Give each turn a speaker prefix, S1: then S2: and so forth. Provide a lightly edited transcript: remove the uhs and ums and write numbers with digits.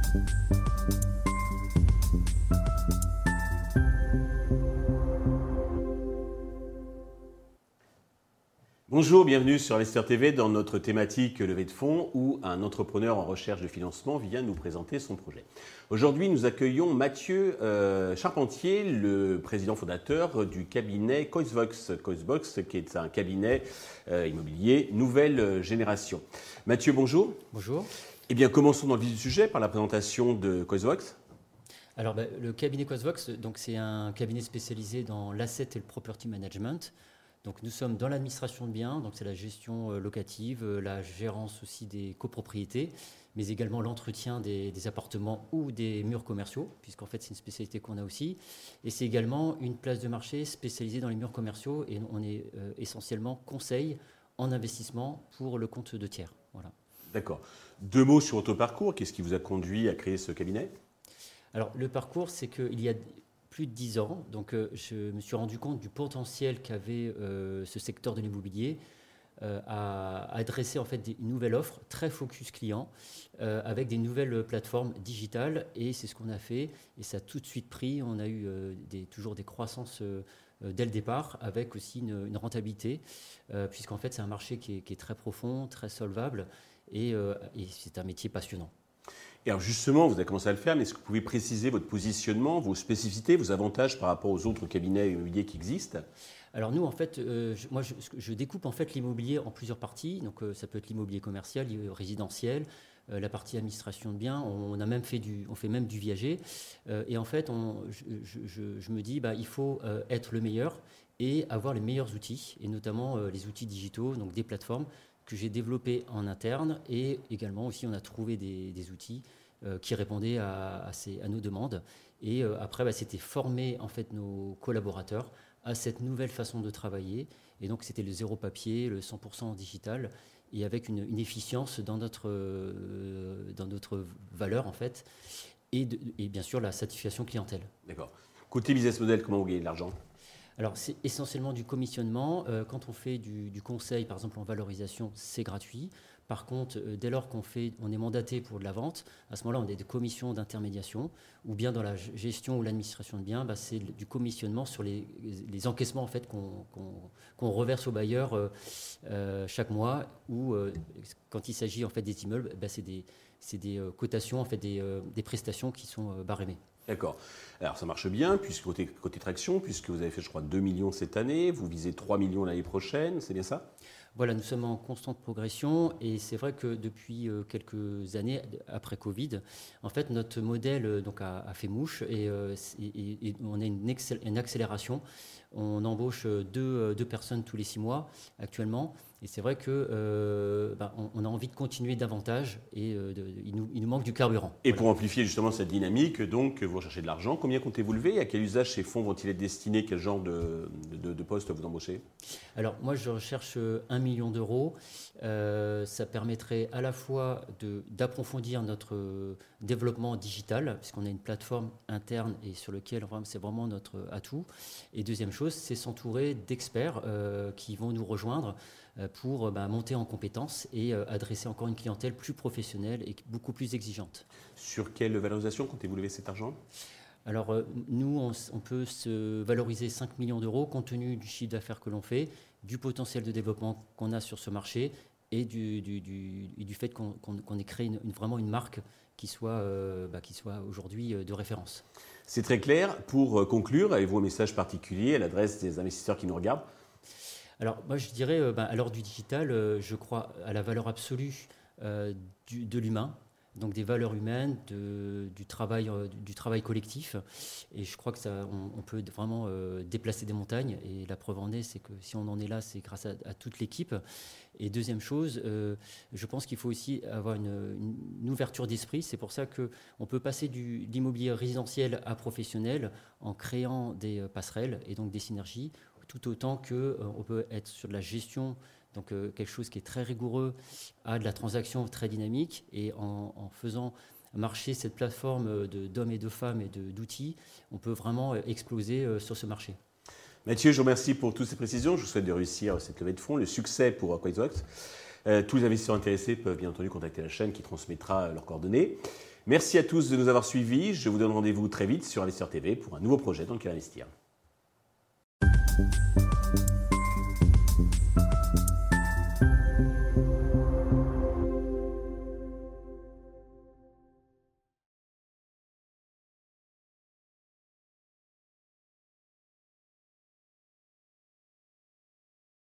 S1: Bonjour, bienvenue sur Investir TV dans notre thématique levée de fonds où un entrepreneur en recherche de financement vient nous présenter son projet. Aujourd'hui, nous accueillons Mathieu Charpentier, le président fondateur du cabinet Coisvox. Coisvox qui est un cabinet immobilier nouvelle génération. Mathieu, bonjour.
S2: Bonjour.
S1: Eh bien, commençons dans le vif du sujet par la présentation de Coisvox.
S2: Alors, le cabinet Coisvox, c'est un cabinet spécialisé dans l'asset et le property management. Donc, nous sommes dans l'administration de biens, donc c'est la gestion locative, la gérance aussi des copropriétés, mais également l'entretien des appartements ou des murs commerciaux, puisqu'en fait c'est une spécialité qu'on a aussi. Et c'est également une place de marché spécialisée dans les murs commerciaux et on est essentiellement conseil en investissement pour le compte de tiers. Voilà.
S1: D'accord. 2 mots sur votre parcours. Qu'est-ce qui vous a conduit à créer ce cabinet ?
S2: Alors, le parcours, c'est qu'il y a plus de 10 ans, donc je me suis rendu compte du potentiel qu'avait ce secteur de l'immobilier à adresser en fait une nouvelle offre très focus client avec des nouvelles plateformes digitales, et c'est ce qu'on a fait et ça a tout de suite pris. On a eu toujours des croissances dès le départ, avec aussi une rentabilité, puisqu'en fait c'est un marché qui est très profond, très solvable, et c'est un métier passionnant.
S1: Et alors justement, vous avez commencé à le faire, mais est-ce que vous pouvez préciser votre positionnement, vos spécificités, vos avantages par rapport aux autres cabinets immobiliers qui existent ?
S2: Alors nous, en fait, je découpe en fait l'immobilier en plusieurs parties. Donc ça peut être l'immobilier commercial, résidentiel, la partie administration de biens. On fait même du viager. Et en fait, je me dis, il faut être le meilleur et avoir les meilleurs outils, et notamment les outils digitaux, donc des plateformes que j'ai développées en interne, et également aussi on a trouvé des outils qui répondaient à nos demandes. Et après, c'était former en fait nos collaborateurs à cette nouvelle façon de travailler. Et donc, c'était le zéro papier, le 100% digital, et avec une efficience dans notre valeur, en fait, et bien sûr, la satisfaction clientèle.
S1: D'accord. Côté business model, comment vous gagnez de l'argent ?
S2: Alors, c'est essentiellement du commissionnement. Quand on fait du conseil, par exemple en valorisation, c'est gratuit. Par contre, dès lors qu'on est mandaté pour de la vente, à ce moment-là, on a des commissions d'intermédiation, ou bien dans la gestion ou l'administration de biens, c'est du commissionnement sur les encaissements en fait, qu'on reverse aux bailleurs chaque mois, ou quand il s'agit en fait, des immeubles, c'est des cotations, en fait, des prestations qui sont barrémées.
S1: D'accord. Alors ça marche bien, puisque côté traction, puisque vous avez fait, je crois, 2 millions cette année, vous visez 3 millions l'année prochaine, c'est bien ça ?
S2: Voilà, nous sommes en constante progression, et c'est vrai que depuis quelques années, après Covid, en fait, notre modèle a fait mouche, et on a une accélération. On embauche deux personnes tous les 6 mois actuellement, et c'est vrai que on a envie de continuer davantage, et il nous manque du carburant.
S1: Et voilà. Pour amplifier justement cette dynamique, donc vous recherchez de l'argent. Combien comptez-vous lever ? À quel usage ces fonds vont-ils être destinés ? Quel genre de poste vous embauchez ?
S2: Alors moi, je recherche 1 million d'euros. Ça permettrait à la fois d'approfondir notre développement digital, puisqu'on a une plateforme interne et sur laquelle c'est vraiment notre atout. Et deuxième chose, c'est s'entourer d'experts qui vont nous rejoindre pour monter en compétences et adresser encore une clientèle plus professionnelle et beaucoup plus exigeante.
S1: Sur quelle valorisation comptez-vous lever cet argent ?
S2: Alors nous, on peut se valoriser 5 millions d'euros compte tenu du chiffre d'affaires que l'on fait, du potentiel de développement qu'on a sur ce marché, et du fait qu'on ait créé vraiment une marque qui soit aujourd'hui de référence.
S1: C'est très clair. Pour conclure, avez-vous un message particulier à l'adresse des investisseurs qui nous regardent ?
S2: Alors moi je dirais, à l'heure du digital, je crois à la valeur absolue de l'humain, donc des valeurs humaines, du travail collectif, et je crois que on peut vraiment déplacer des montagnes, et la preuve en est, c'est que si on en est là, c'est grâce à toute l'équipe. Et deuxième chose, je pense qu'il faut aussi avoir une ouverture d'esprit. C'est pour ça qu'on peut passer de l'immobilier résidentiel à professionnel en créant des passerelles et donc des synergies, tout autant qu'on peut être sur de la gestion, donc quelque chose qui est très rigoureux, à de la transaction très dynamique, et en faisant marcher cette plateforme d'hommes et de femmes et d'outils, on peut vraiment exploser sur ce marché.
S1: Mathieu, je vous remercie pour toutes ces précisions. Je vous souhaite de réussir cette levée de fonds, le succès pour Coisvox. Tous les investisseurs intéressés peuvent bien entendu contacter la chaîne qui transmettra leurs coordonnées. Merci à tous de nous avoir suivis. Je vous donne rendez-vous très vite sur Investir TV pour un nouveau projet dans lequel investir.